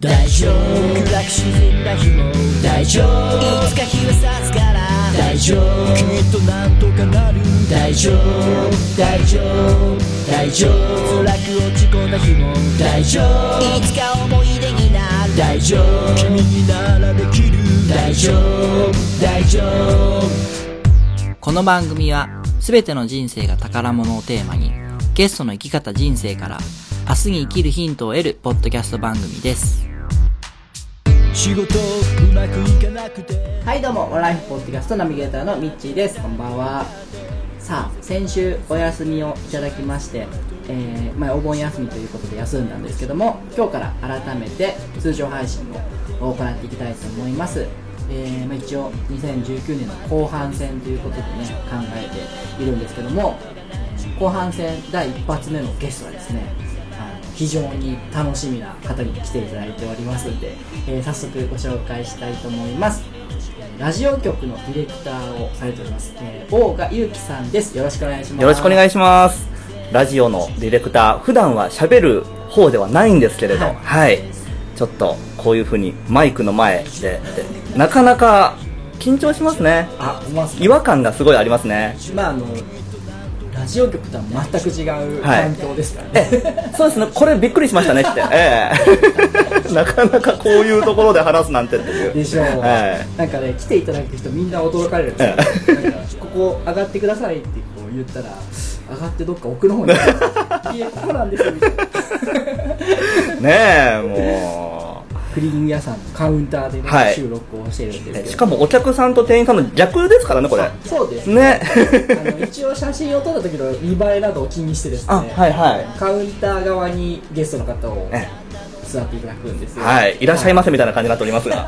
大丈夫、暗く沈んだ日も大丈夫、いつか日は差すから大丈夫、きっとなんとかなる大丈夫、大丈夫、大丈夫、辛く落ち込んだ日も大丈夫、いつか思い出になる大丈夫、君にならできる大丈夫、大丈夫。 この番組は全ての人生が宝物をテーマに、ゲストの生き方人生から明日に生きるヒントを得るポッドキャスト番組です。 仕事うまくいかなくて、 はい、どうもライフポッドキャストナビゲーターのミッチーです。こんばんは。さあ、先週お休みをいただきまして、お盆休みということで休んだんですけども、今日から改めて通常配信を行っていきたいと思います。一応2019年の後半戦ということでね、考えているんですけども、後半戦第一発目のゲストはですね、非常に楽しみな方に来ていただいておりますので、早速ご紹介したいと思います。ラジオ局のディレクターをされております、大賀祐樹さんです。よろしくお願いします。 よろしくお願いします。ラジオのディレクター、普段は喋る方ではないんですけれど、はい、ちょっとこういう風にマイクの前でなかなか緊張しますね。違和感がすごいありますね。 ラジオ局とは全く違う環境ですからね、 そうですね、これびっくりしましたねって、なかなかこういうところで話すなんてっていうでしょう、なんかね、来ていただく人みんな驚かれるんですよ、なんかここ上がってくださいってこう言ったら、上がってどっか奥の方にいや、ここなんですよみたいなねえ、もうクリーニング屋さんのカウンターで、ね、収録をしてるんですけど、 しかもお客さんと店員さんの逆ですからね、これ。 そうですね。 一応写真を撮った時の見栄えなどを気にしてですね、カウンター側にゲストの方を座っていただくんですよ。 はい、いらっしゃいませみたいな感じになっておりますが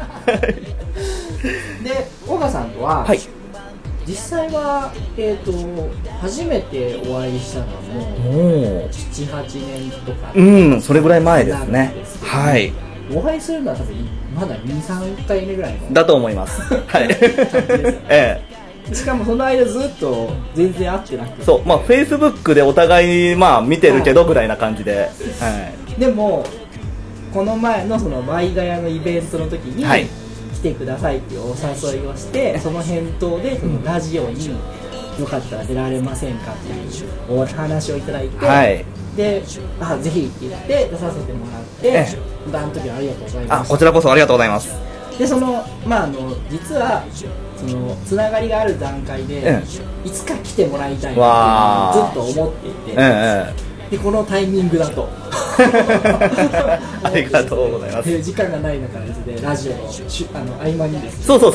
で、大賀さんとは、実際は、初めてお会いしたのはもう 7,8 年とか、 それぐらい前ですね。はい。 お会いするのは多分まだ 2,3 回目ぐらいのだと思います。はい。 しかもその間ずっと全然会ってなくて、 そう、Facebook でお互い見てるけどぐらいな感じで、 でもこの前のそのワイガヤのイベントの時に、来てくださいっていうお誘いをして、その返答でそのラジオによかったら出られませんかっていうお話をいただいて、で、ぜひって言って出させてもらって、あの時はありがとうございました。 こちらこそありがとうございます。 で、その実はそのつながりがある段階で、いつか来てもらいたいなってずっと思っていて、でこのタイミングだとありがとうございます。 時間がない中ですね、ラジオの合間にですね、 そう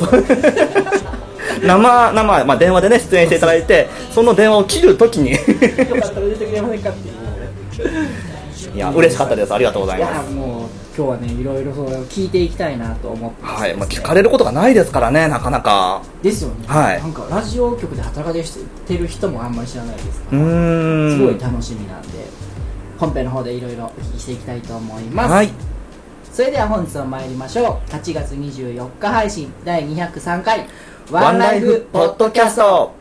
生、電話でね出演していただいて、その電話を切るときによかったら出てくれませんかっていういや、嬉しかったです。ありがとうございます。 いや、もう今日はね、いろいろそれを聞いていきたいなと思ってます、ね。 聞かれることがないですからね、なかなか。 ですよね。なんかラジオ局で働かれてる人もあんまり知らないですから、すごい楽しみなんで、本編の方でいろいろお聞きしていきたいと思います。それでは本日は参りましょう。8月24日配信第203回ワンライフポッドキャスト。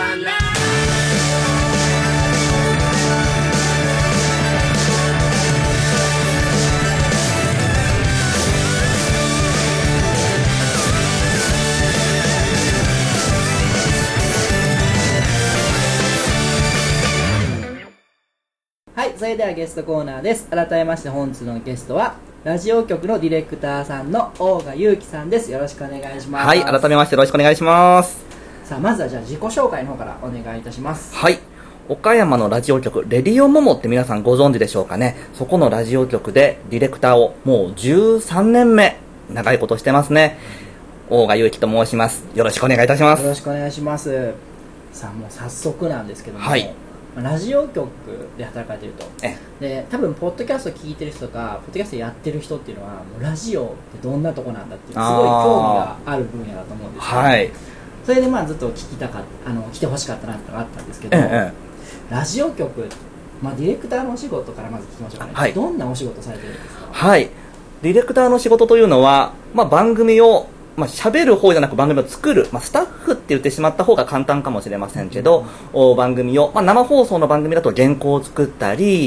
はい、それではゲストコーナーです。改めまして本日のゲストはラジオ局のディレクターさんの大賀祐樹さんです。よろしくお願いします。 はい、改めましてよろしくお願いします。 さあ、まずはじゃあ自己紹介の方からお願いいたします。 はい、岡山のラジオ局レディオモモって皆さんご存知でしょうかね。そこのラジオ局でディレクターをもう13年目、長いことしてますね。大賀祐樹と申します。よろしくお願いいたします。 よろしくお願いします。さあ、もう早速なんですけども、ラジオ局で働かれていると、で多分ポッドキャスト聞いてる人とかポッドキャストやってる人っていうのは、もうラジオってどんなとこなんだっていうすごい興味がある分野だと思うんですけど、それでずっと聞きたかった来てほしかったなってのがあったんですけど、ラジオ局、ディレクターのお仕事からまず聞きましょうかね。どんなお仕事されてるんですか？ はい、ディレクターの仕事というのは、番組を喋る方じゃなく番組を作る、スタッフって言ってしまった方が簡単かもしれませんけど、番組を、生放送の番組だと原稿を作ったり、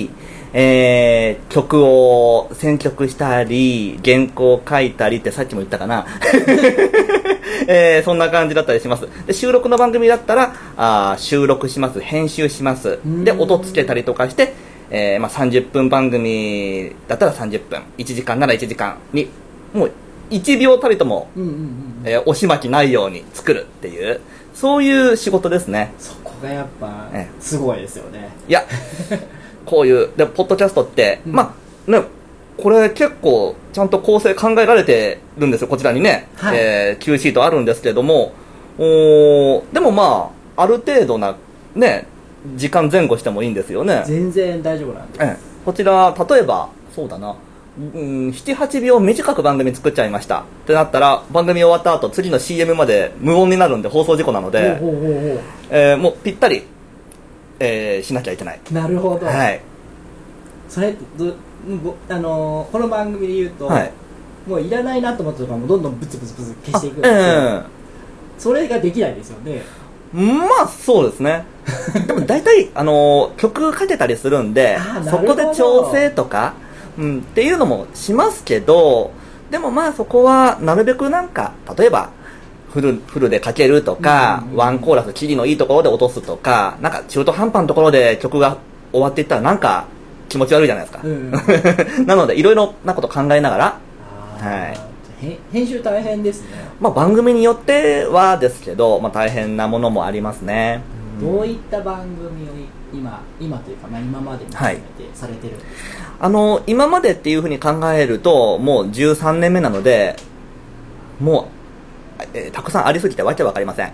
曲を選曲したり、原稿を書いたりってさっきも言ったかな。そんな感じだったりします。で、収録の番組だったら、収録します、編集します。で、音つけたりとかして、30分番組だったら30分、1時間なら1時間に、もう1秒たりとも、押し巻きないように作るっていう、そういう仕事ですね。 そこがやっぱ、すごいですよね。 いや、こういう、で、ポッドキャストって、これ結構ちゃんと構成考えられてるんですよ、こちらにね。Q シートあるんですけれども、でもある程度な、ね、時間前後してもいいんですよね。 全然大丈夫なんです。 こちら、例えば、そうだな、7、8秒短く番組作っちゃいましたってなったら、番組終わった後、次の CM まで無音になるんで放送事故なので、もうぴったり、しなきゃいけない。 なるほど。 はい。 それってこの番組で言うと、もういらないなと思ったとかもどんどんブツブツ消していくんですよ。それができないですよね。 そうですね。でも大体曲かけたりするんで、そこで調整とか、っていうのもしますけど、でもそこはなるべくなんか、例えばフルでかけるとか、ワンコーラスキリのいいところで落とすとか、なんか中途半端なところで曲が終わっていったらなんか気持ち悪いじゃないですか。なのでいろいろなこと考えながら、 編集大変ですね。 番組によってはですけど、大変なものもありますね。 どういった番組を今というか、今までに含めてされてるんですか？ 今までっていうふうに考えるともう13年目なので、もう、たくさんありすぎてわけわかりません。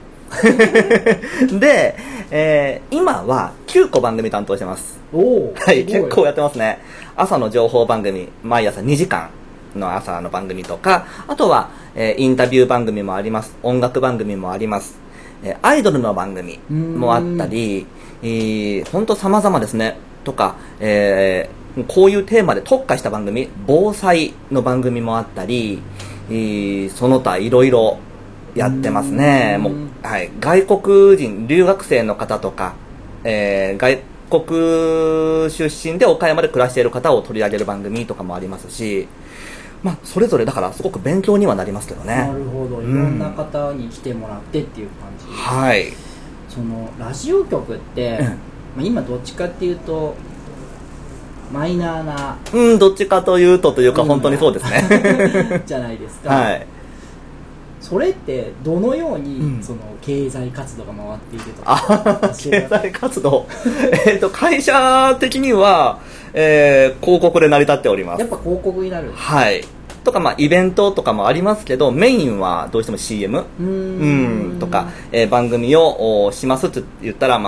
で、今は9個番組担当してます。はい、結構やってますね。朝の情報番組、毎朝2時間の朝の番組とか、あとは、インタビュー番組もあります。音楽番組もあります。アイドルの番組もあったり、本当様々ですね。とか、こういうテーマで特化した番組、防災の番組もあったり、その他いろいろやってますね。もう、はい、外国人、留学生の方とか、外国出身で岡山で暮らしている方を取り上げる番組とかもありますし、それぞれだからすごく勉強にはなりますけどね。 なるほど。いろんな方に来てもらってっていう感じ。 はい。 そのラジオ局って、今どっちかっていうとマイナーな、 どっちかというとというか、本当にそうですね。 じゃないですか。 はい。 それってどのように、その経済活動が回っているとか。 経済活動。会社的には、広告で成り立っております。 やっぱ広告になる。 はい。とかイベントとかもありますけど、メインはどうしても CM とか、番組をしますって言ったら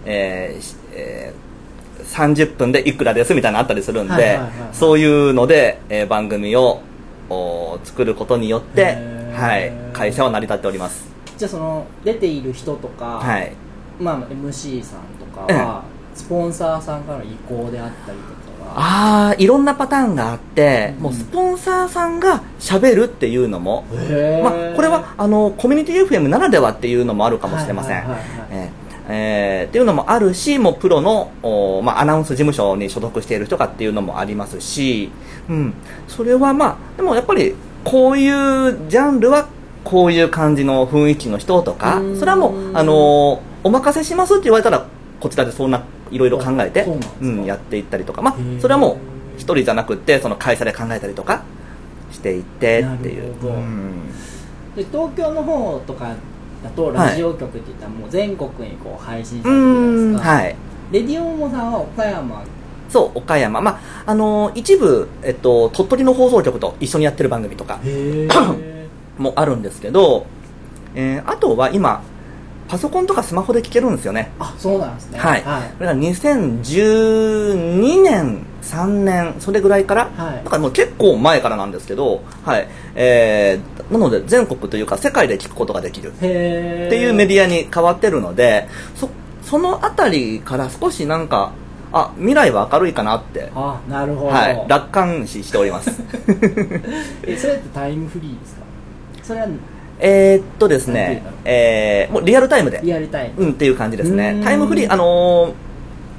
30分でいくらですみたいなのあったりするんで、そういうので、番組を作ることによって、会社は成り立っております。 じゃあその出ている人とか、MC さんとかは、スポンサーさんからの意向であったりとかいろんなパターンがあって、もうスポンサーさんが喋るっていうのも、これはコミュニティ FM ならではっていうのもあるかもしれません。っていうのもあるし、もうプロのアナウンス事務所に所属している人がっていうのもありますし、それはでもやっぱりこういうジャンルはこういう感じの雰囲気の人とか、それはもうお任せしますって言われたらこちらでそんないろいろ考えて、やっていったりとか、それはもう一人じゃなくてその会社で考えたりとかしていってっていう。 で東京の方とかだとラジオ局っていったらもう全国にこう配信されてるんですか。レディオモさんは岡山。 そう、岡山。一部、鳥取の放送局と一緒にやってる番組とかもあるんですけど、あとは今パソコンとかスマホで聞けるんですよね。 そうなんですね。 これが2012年3年それぐらいから、だからもう結構前からなんですけど、なので全国というか世界で聞くことができるっていうメディアに変わってるので、そのあたりから少しなんか未来は明るいかなって、 なるほど、 楽観視しております。 それってタイムフリーですか？それはですね、もうリアルタイムでリアルタイム、 っていう感じですね。タイムフリー、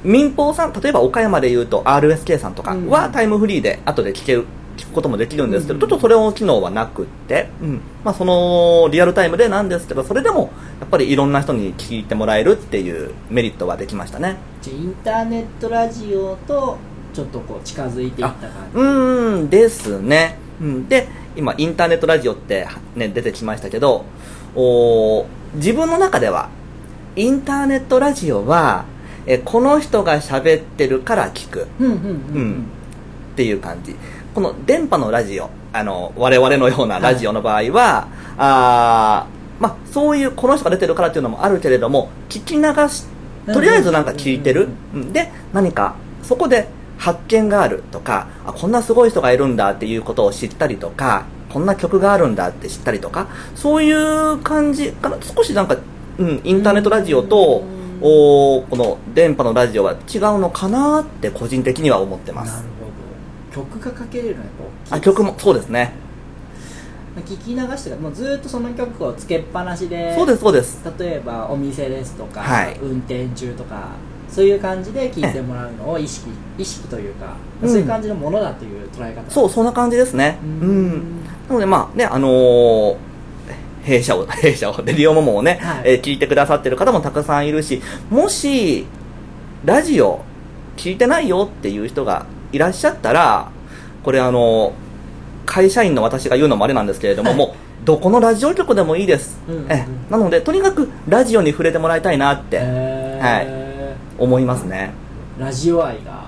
民放さん、例えば岡山でいうと RSK さんとかはタイムフリーで後で聞くこともできるんですけど、ちょっとそれを機能はなくって、そのリアルタイムでなんですけど、それでもやっぱりいろんな人に聞いてもらえるっていうメリットはできましたね。 じゃあインターネットラジオとちょっとこう近づいていった感じですね。で今インターネットラジオって、ね、出てきましたけど、自分の中ではインターネットラジオはこの人が喋ってるから聞くっていう感じ。この電波のラジオ、我々のようなラジオの場合は、そういうこの人が出てるからっていうのもあるけれども、聞き流し、とりあえずなんか聞いてる、で何かそこで発見があるとか、こんなすごい人がいるんだっていうことを知ったりとか、こんな曲があるんだって知ったりとか、そういう感じかな。少しなんか、インターネットラジオとこの電波のラジオは違うのかなって個人的には思ってます。 なるほど。曲がかけれるのはやっぱ大きいです。 曲もそうですね。 聞き流してもうずっとその曲をつけっぱなしで、 そうですそうです。 例えばお店ですとか、運転中とかそういう感じで聞いてもらうのを意識というか、そういう感じのものだという捉え方。 そんな感じですね。なので弊社をレディオモモをね、聞いてくださってる方もたくさんいるし、もしラジオ聞いてないよっていう人がいらっしゃったら、これ会社員の私が言うのもあれなんですけれども、もうどこのラジオ局でもいいです。なのでとにかくラジオに触れてもらいたいなって、思いますね。 ラジオ愛が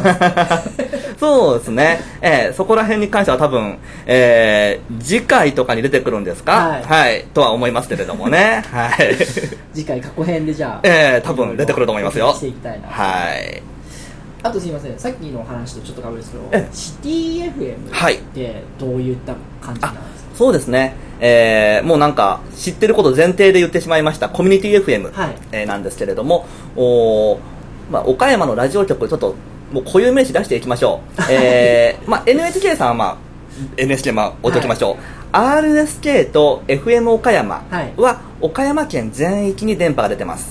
そうですね。そこら辺に関しては多分、次回とかに出てくるんですか、とは思いますけれどもね。 次回過去編でじゃあ、多分出てくると思いますよ。 していきたいな。あとすいません、さっきの話とちょっとかぶるんですけど、シティ FM ってどういった感じなんですか？ そうですね、もうなんか知ってること前提で言ってしまいましたコミュニティ FM、なんですけれども、岡山のラジオ局ちょっともう固有名詞出していきましょう。NHK さんはNHK 置いときましょう。RSK と FM 岡山は岡山県全域に電波が出てます。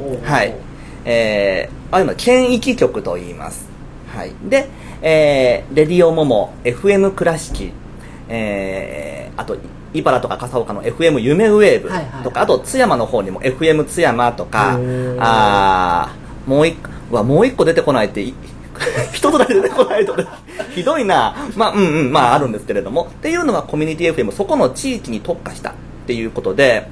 ああいうの県域局と言います。で、レディオモモ FM 倉敷、あと茨とか笠岡の FM 夢ウェーブとか、あと津山の方にも FM 津山とか、もう一個出てこないって一つだけ出てこないとひどいな。あるんですけれども、っていうのはコミュニティ FM、そこの地域に特化したっていうことで、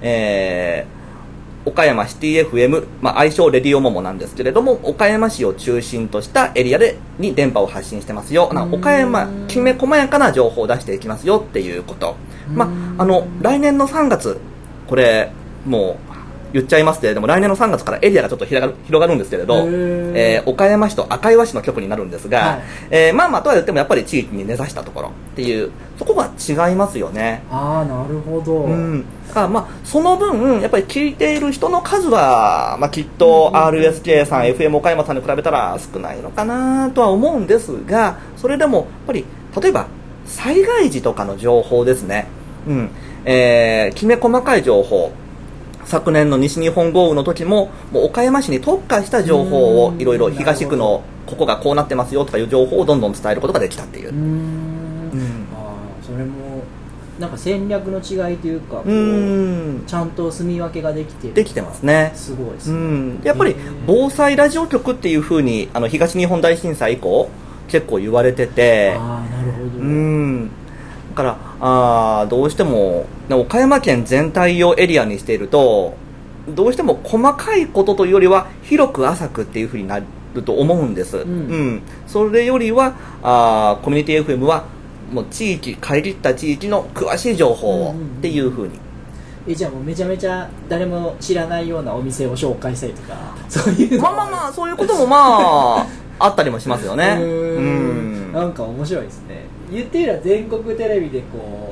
岡山シティ FM、愛称レディオモモなんですけれども、岡山市を中心としたエリアに電波を発信してますよ。岡山きめ細やかな情報を出していきますよっていうこと。来年の3月、これもう言っちゃいますけれども、来年の3月からエリアがちょっと広がるんですけれど、岡山市と赤岩市の局になるんですが、とは言ってもやっぱり地域に根ざしたところっていう、そこが違いますよね。 なるほど。 だからその分やっぱり聞いている人の数は、きっと RSK さん、FM 岡山さんに比べたら少ないのかなとは思うんですが、それでもやっぱり例えば災害時とかの情報ですね、きめ細かい情報、昨年の西日本豪雨の時もう岡山市に特化した情報をいろいろ、東区のここがこうなってますよとかいう情報をどんどん伝えることができたっていう。 それもなんか戦略の違いというか、ちゃんと住み分けができてますね。すごいですね。 やっぱり防災ラジオ局っていう風に東日本大震災以降結構言われてて、 なるほど。 だからどうしても岡山県全体をエリアにしていると、どうしても細かいことというよりは広く浅くっていう風になると思うんです。それよりはコミュニティ FM はもう限った地域の詳しい情報をっていう風に。 じゃあもうめちゃめちゃ誰も知らないようなお店を紹介したりとか、そういうのそういうこともあったりもしますよね。 なんか面白いですね。言ってみれば全国テレビで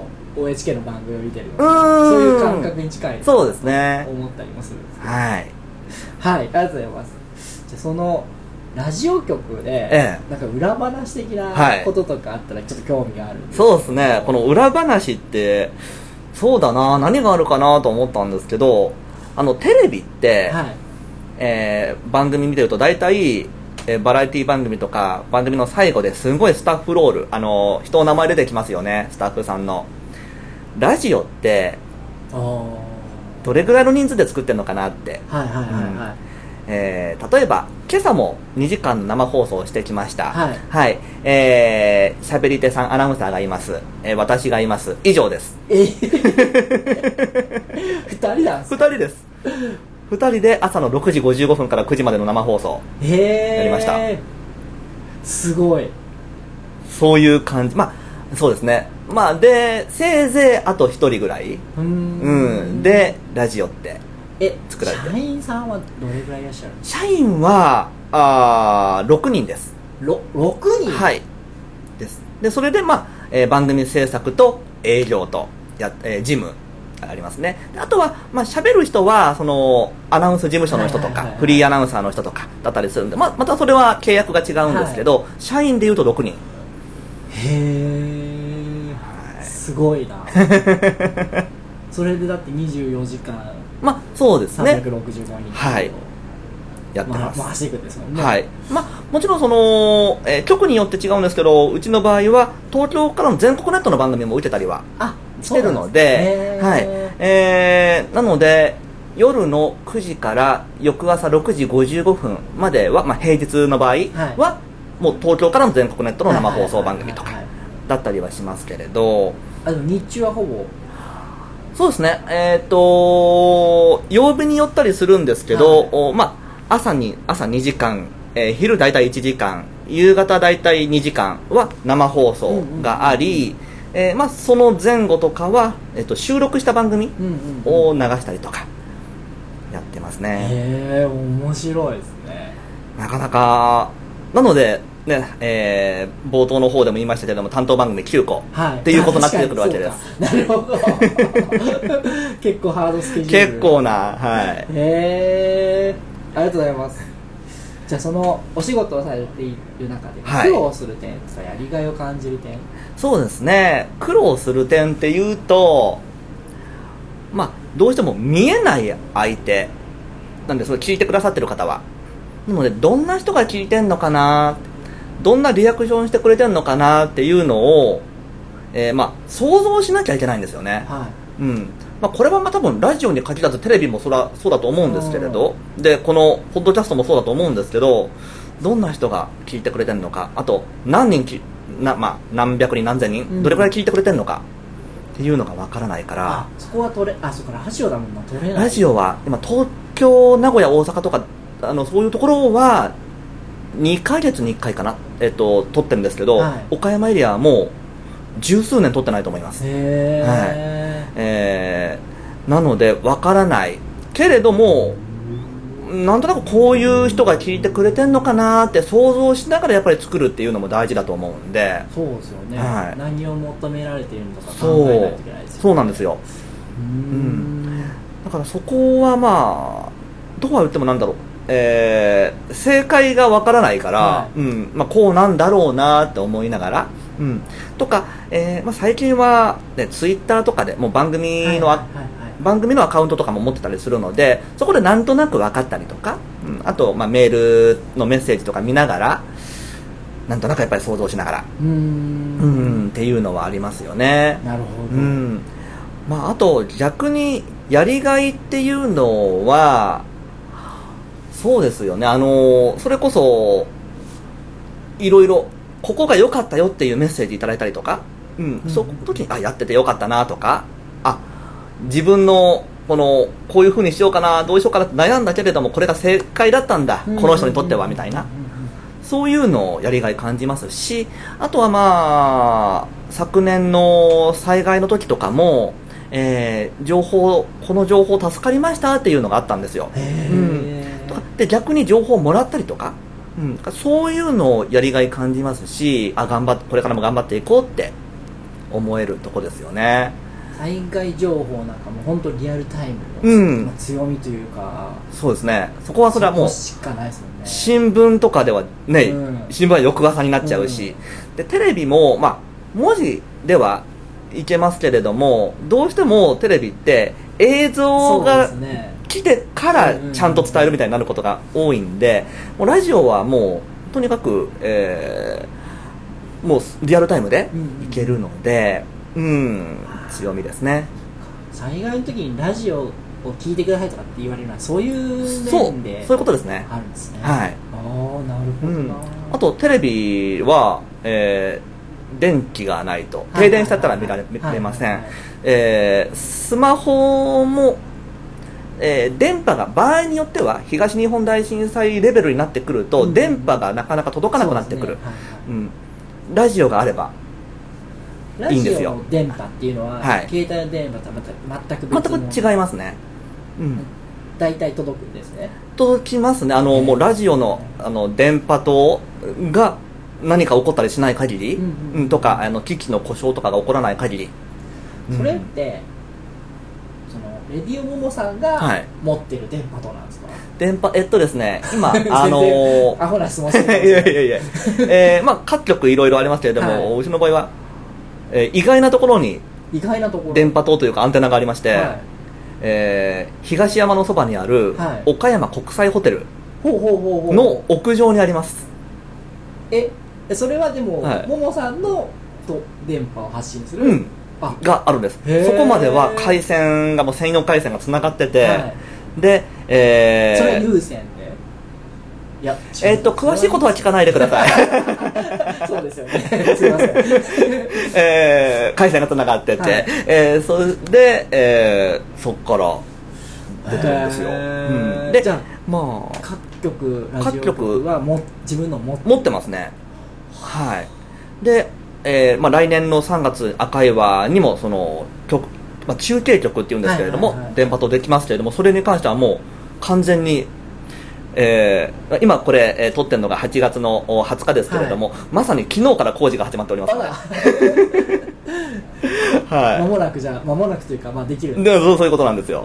OHK の番組を見てるような、そういう感覚に近い。 そうですね。 思ったりもするんですけど。ありがとうございます。じゃあそのラジオ局で、なんか裏話的なこととかあったらちょっと興味があるんです。 そうですね。この裏話ってそうだな、何があるかなと思ったんですけど、テレビって、 番組見てると大体、バラエティ番組とか番組の最後ですごいスタッフロール、人の名前出てきますよね、スタッフさんの。ラジオってどれぐらいの人数で作ってるのかなって。 はいはいはいはい、 例えば今朝も2時間の生放送をしてきました。 はい、 はい、喋り手さんアナウンサーがいます、私がいます、以上です。 2人なんすか？ 2人です。2人で朝の6時55分から9時までの生放送やりました。 すごい。 そういう感じ。まあそうですね。まあでせいぜいあと1人ぐらいでラジオって作られてる。 社員さんはどれぐらいいらっしゃる？ 社員は6人です。 6人？ はいです。でそれで、まあ番組制作と営業と事務ありますね。あとは、まあ、喋る人はそのアナウンス事務所の人とか、フリーアナウンサーの人とかだったりするんで、またそれは契約が違うんですけど、社員でいうと6人。 へー、すごいな。それでだって24時間、 まあそうですね、 365日、 はい、やってます。 回していくんですもんね。 はい。まあもちろんその、局によって違うんですけど、うちの場合は東京からの全国ネットの番組も打てたりはしてるので、はい、なので夜の9時から翌朝6時55分までは、まあ、平日の場合は、もう東京からの全国ネットの生放送番組とかだったりはしますけれど、 でも日中はほぼそうですね、曜日によったりするんですけど、まあ、朝2時間、昼だいたい1時間、夕方だいたい2時間は生放送があり、まあ、その前後とかは、収録した番組を流したりとかやってますね。 へー、面白いですね。 なかなかなので、ね、冒頭の方でも言いましたけども、担当番組9個、っていうことになってくるわけです。 なるほど。結構ハードスケジュール。 結構な、はい。 へー、ありがとうございます。じゃあそのお仕事をされている中で苦労する点とかやりがいを感じる点、 そうですね、苦労する点っていうと、まあどうしても見えない相手なんで、それ聞いてくださってる方は、なのでどんな人が聞いてんのかな、どんなリアクションしてくれてんのかなっていうのを、まあ想像しなきゃいけないんですよね。まあ、これはまあ多分ラジオに限らずテレビもそうだと思うんですけれど、でこのポッドキャストもそうだと思うんですけど、どんな人が聞いてくれてるのか、あと何人まあ、何百人何千人、どれくらい聞いてくれてるのかっていうのがわからないから、 そこはそっか、ラジオだもんな、取れない。 ラジオは今東京、名古屋、大阪とかそういうところは2ヶ月に1回かな、撮ってるんですけど、岡山エリアはもう十数年撮ってないと思います。なのでわからないけれども、なんとなくこういう人が聞いてくれてんのかなって想像しながらやっぱり作るっていうのも大事だと思うんで。 そうですよね、何を求められているのか考えないといけないですよね。そうなんですよ。 だからそこはまあどうは言ってもなんだろう、正解がわからないから、まあ、こうなんだろうなって思いながら、とか、まあ、最近は、ね、ツイッターとかでもう番組のアカウントとかも持ってたりするので、そこでなんとなく分かったりとか、あと、まあ、メールのメッセージとか見ながらなんとなくやっぱり想像しながらっていうのはありますよね。 なるほど。 まあ、あと逆にやりがいっていうのはそうですよね、それこそいろいろここが良かったよっていうメッセージいただいたりとか、その時にやってて良かったなとか、自分のこういう風にしようかな、どうしようかなって悩んだけれどもこれが正解だったんだ、この人にとってはみたいな、そういうのをやりがい感じますし、あとはまあ昨年の災害の時とかも、この情報助かりましたっていうのがあったんですよ。で逆に情報をもらったりとか、そういうのをやりがい感じますし、これからも頑張っていこうって思えるとこですよね。 災害情報なんかも本当リアルタイムの強みというか、 そうですね、それはもうしかないですもんね。 新聞とかではね、新聞は翌朝になっちゃうし、でテレビも、まあ、文字ではいけますけれども、どうしてもテレビって映像が来てからちゃんと伝えるみたいになることが多いんで、もうラジオはもうとにかく、もうリアルタイムでいけるので、強みですね。 災害の時にラジオを聞いてくださいとかって言われるのはそういう面でそういうことですね。 あるんですね。 はい。 ああ、なるほどな。 あとテレビは、電気がないと停電しちゃったら見れません。スマホも、電波が場合によっては東日本大震災レベルになってくると、電波がなかなか届かなくなってくる、ラジオがあればいいんですよ。 ラジオの電波っていうのは、携帯の電波とはまた全く別の、 全く違いますね。 大体届くんですね。 届きますね。もうラジオの、電波塔が何か起こったりしない限り、とか機器の故障とかが起こらない限り、 それってそのレディオモモさんが持ってる電波塔なんですか？ 電波ですね、今アホな質問してる。 いやまあ各局いろいろありますけれども、うちの場合は、意外なところに電波塔というかアンテナがありまして、東山のそばにある岡山国際ホテルの屋上にあります。 それはでも、ももさんの電波を発信する、 があるんです。そこまでは回線がもう専用回線がつながってて、で、 それは有線で、いや詳しいことは聞かないでください。 そうですよね。すいません。 回線がつながってて、それで、そっから出てるんですよ。で、 じゃあまあラジオ局は自分の持ってますね。はい。で、来年の3月赤い輪にもその局、中継局っていうんですけれども、電波塔できますけれども、それに関してはもう完全に、今これ、撮ってるのが8月の20日ですけれども、まさに昨日から工事が始まっておりますので、 間もなくというか、できるんでそういうことなんですよ。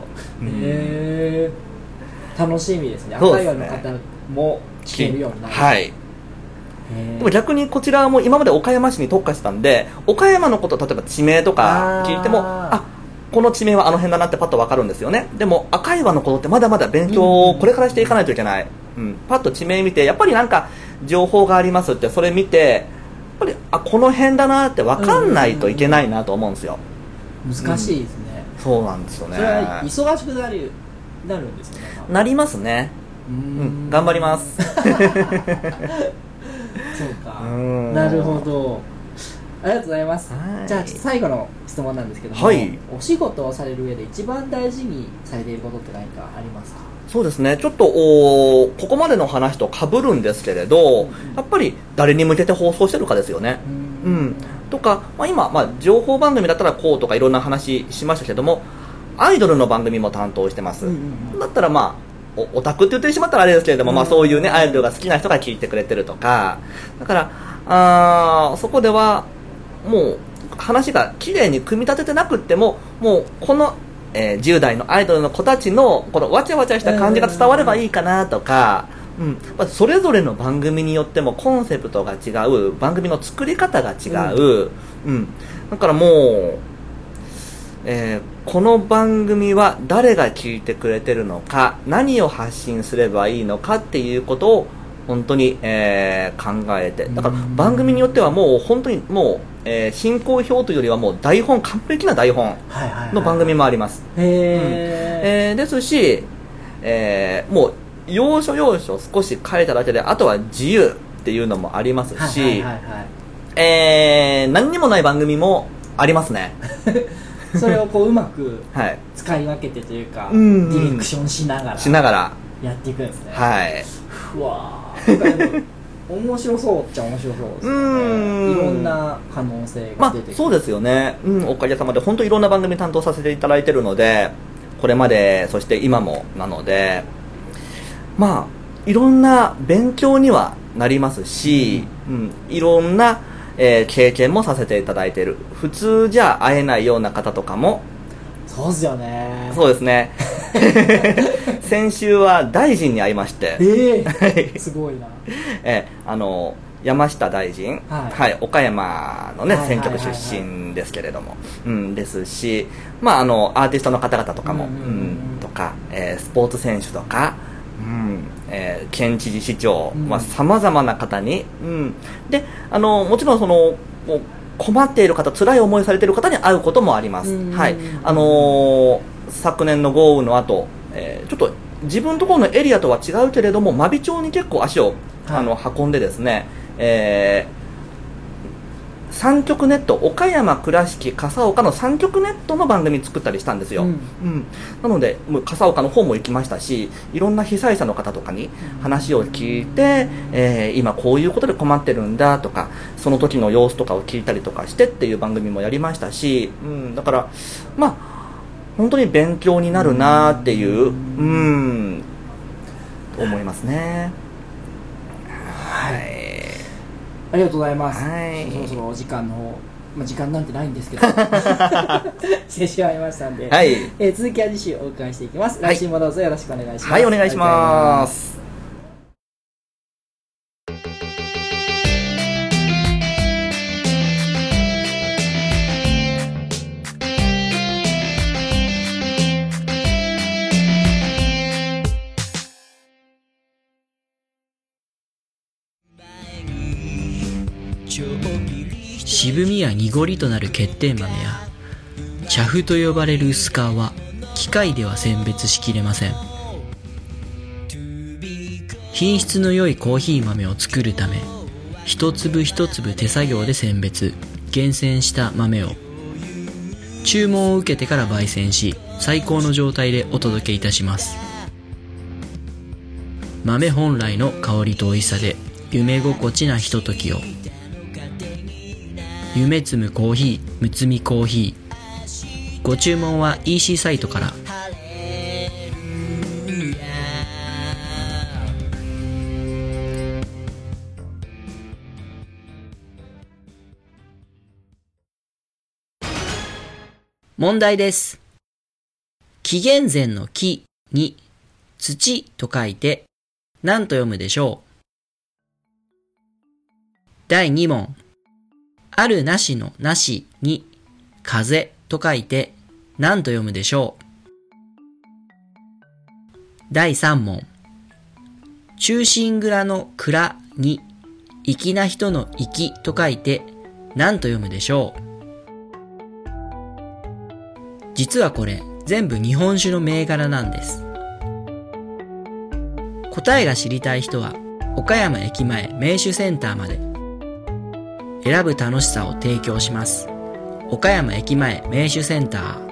楽しみですね。赤い輪の方も聞けるようになる。はい。 でも逆にこちらも今まで岡山市に特化したんで、岡山のこと、例えば地名とか聞いても、この地名はあの辺だなってパッと分かるんですよね。でも赤い輪のことってまだまだ勉強をこれからしていかないといけない。パッと地名見て、やっぱりなんか情報がありますって、それ見て、やっぱりこの辺だなって分かんないといけないなと思うんですよ。 難しいですね。 そうなんですよね。 それは忙しくなるんですよね。 なりますね。頑張ります。 そうか。なるほど。ありがとうございます。じゃあ最後の質問なんですけども、お仕事をされる上で一番大事にされていることって何かありますか？ そうですね、ちょっとここまでの話と被るんですけれど、やっぱり誰に向けて放送してるかですよね。とか、今、情報番組だったらこうとかいろんな話しましたけども、アイドルの番組も担当してます。だったらオタクって言ってしまったらあれですけれども、そういうね、アイドルが好きな人が聞いてくれてるとか、だからそこではもう話が綺麗に組み立ててなくっても、もうこの、10代のアイドルの子たちのこのわちゃわちゃした感じが伝わればいいかなとか、それぞれの番組によってもコンセプトが違う、番組の作り方が違う、だからもう、この番組は誰が聞いてくれてるのか、何を発信すればいいのかっていうことを本当に、考えて、だから番組によってはもう本当にもう、進行表というよりはもう台本、完璧な台本の番組もあります。ですし、もう要所要所少し変えただけで、あとは自由っていうのもありますし、何にもない番組もありますね。 それをうまく使い分けてというか、ディレクションしながらやっていくんですね。うわー、面白そうっちゃ面白そうですね。いろんな可能性が出てくる。 そうですよね。おかげさまで本当にいろんな番組担当させていただいてるので、これまでそして今もなので、いろんな勉強にはなりますし、いろんな経験もさせていただいている。普通じゃ会えないような方とかも。 そうですよね。 そうですね。先週は大臣に会いまして、 すごいな。 山下大臣、岡山のね、選挙区出身ですけれども、ですし、アーティストの方々とかも、とか、スポーツ選手とか、県知事市長、さまざまな方に、でもちろんもう困っている方、辛い思いされている方に会うこともあります、はい、昨年の豪雨の後、ちょっと自分のところのエリアとは違うけれども真備町に結構足を、運んでですね、三極ネット、岡山、倉敷、笠岡の三極ネットの番組作ったりしたんですよ、なので笠岡の方も行きましたし、いろんな被災者の方とかに話を聞いて、今こういうことで困ってるんだとか、その時の様子とかを聞いたりとかしてっていう番組もやりましたし、だから本当に勉強になるなっていう思いますね。はい、 ありがとうございます、そろそろお時間の方、時間なんてないんですけどしてしまいましたんで、続きは次週お伺いしていきます。来週もどうぞよろしくお願いします。 はい、お願いします。 渋みや濁りとなる欠点豆や茶粉と呼ばれる薄皮は機械では選別しきれません。品質の良いコーヒー豆を作るため、一粒一粒手作業で選別厳選した豆を注文を受けてから焙煎し、最高の状態でお届けいたします。豆本来の香りと美味しさで夢心地なひとときを。夢摘むコーヒー、むつみコーヒー。ご注文は EC サイトから。問題です。紀元前の紀に土と書いて何と読むでしょう。第2問。あるなしのなしに風と書いて何と読むでしょう。第3問。中心蔵の蔵に粋な人の粋と書いて何と読むでしょう。実はこれ全部日本酒の銘柄なんです。答えが知りたい人は岡山駅前名酒センターまで。選ぶ楽しさを提供します。岡山駅前名酒センター。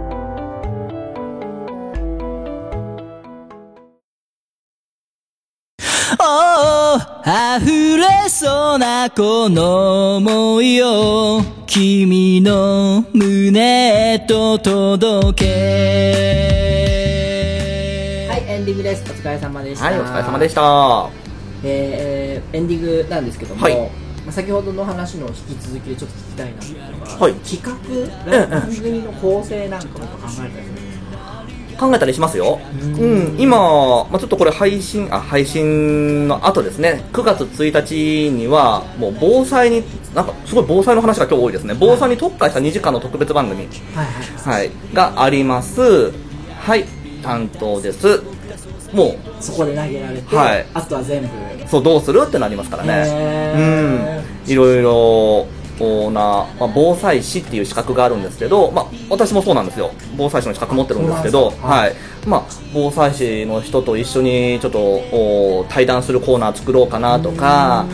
溢れそうなこの想いを君の胸へと届け。 はい、エンディングです。お疲れ様でした。 はい、お疲れ様でした。 エンディングなんですけども、先ほどの話の引き続きでちょっと聞きたいなっていうのが、企画、番組の構成なんかも考えたりするんですか？ 考えたりしますよ。今、ちょっとこれ配信の後ですね、9月1日にはもう防災になんかすごい防災の話が今日多いですね。防災に特化した2時間の特別番組があります。はい、担当です。もうそこで投げられて、あとは全部どうするってなりますからね。いろいろな、防災士っていう資格があるんですけど、私もそうなんですよ。防災士の資格持ってるんですけど、防災士の人と一緒にちょっと対談するコーナー作ろうかなとか、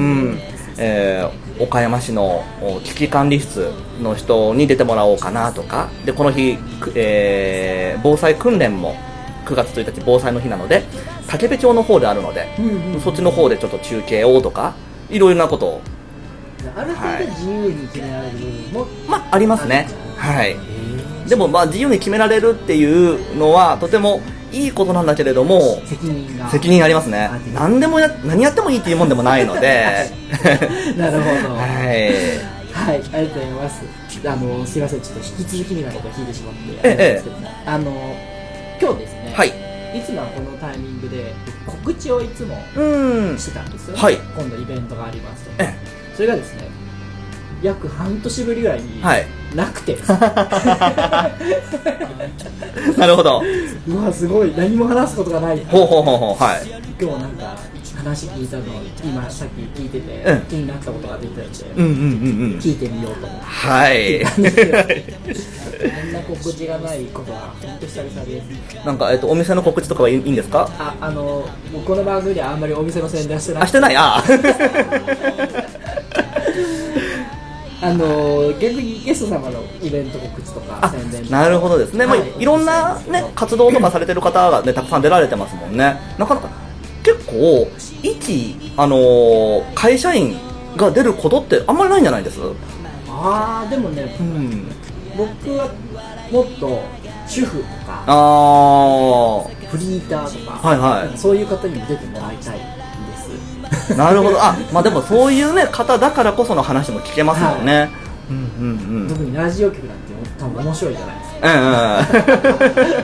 岡山市の危機管理室の人に出てもらおうかなとかで、この日、防災訓練も9月1日防災の日なので武部町の方であるので、そっちの方でちょっと中継をとかいろいろなことをある程度自由に決められる部分も、 ありますね。でも自由に決められるっていうのはとてもいいことなんだけれども、責任ありますね。何やってもいいっていうもんでもないのでなるほど。はい、ありがとうございます。すいません、ちょっと引き続きみたいなことを聞いてしまってあれなんですけども、今日ですね、いつもはこのタイミングで告知をいつもしてたんですよ、今度イベントがありますと、それがですね約半年ぶりぐらいに、 なくてなるほど。 うわすごい何も話すことがない。 ほうほうほうほう、はい。 今日なんか話聞いたの今さっき聞いてて、 うん気になったことが出てたんで、 うんうんうんうん。 聞いてみようと思ってはい。 あんな告知がないことは本当久々です。 なんか、お店の告知とかはいいんですか？ もうこの番組ではあんまりお店の宣伝はしてない。 あ、してない。 逆にゲスト様のイベント告知とか宣伝とか。 なるほどですね。 はいまあ、いろんなね、活動とかされてる方がね、たくさん出られてますもんね。なかなか、結構、一、会社員が出ることってあんまりないんじゃないです？ でもね、 うん。 僕はもっと主婦とかフリーターとか、 はいはいそういう方にも出てもらいたいんです。 なるほど。まあでもそういうね、方だからこその話も聞けますもんね。うんうんうん。 特にラジオ局なんて多分面白いじゃないですか。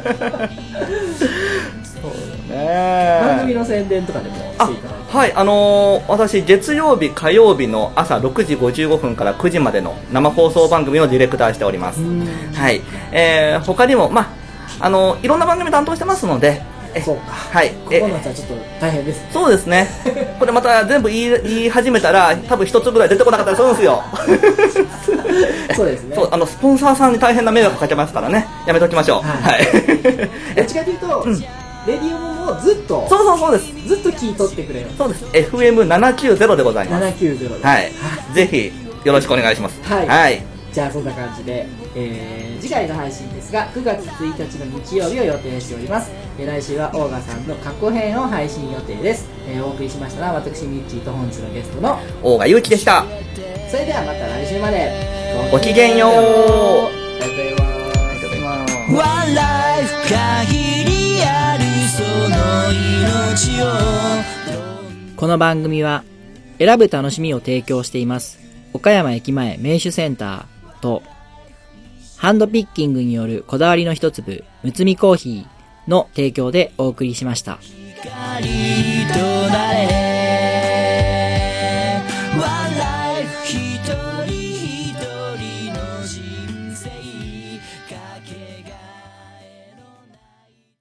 そうね。 番組の宣伝とかでもしていただいて。 はい、私月曜日火曜日の朝6時55分から9時までの生放送番組をディレクターしております。はい。他にもいろんな番組担当してますので。 そうか。 はい。 ここの夏はちょっと大変です。 そうですね。これまた全部言い始めたら多分一つぐらい出てこなかったりするんですよ。 そうですね。 そう、スポンサーさんに大変な迷惑かけますからね。やめときましょう。はい。 どっちかというと、レディオもずっとそうです。 ずっと聞いとってくれよ。 そうです。FM790 でございます。 790で。 はい。ぜひよろしくお願いします。 はい。じゃあそんな感じで、次回の配信ですが9月1日の日曜日を予定しております。来週はオーガさんの過去編を配信予定です。お送りしましたのは私ミッチーと本日のゲストの大賀祐樹でした。 それではまた来週までごきげんよう。 ありがとうございます。 ワンライフ限りあるその命を。 この番組は選ぶ楽しみを提供しています岡山駅前名手センターとハンドピッキングによるこだわりの一粒むつみコーヒーの提供でお送りしました。 光となれワンライフ一人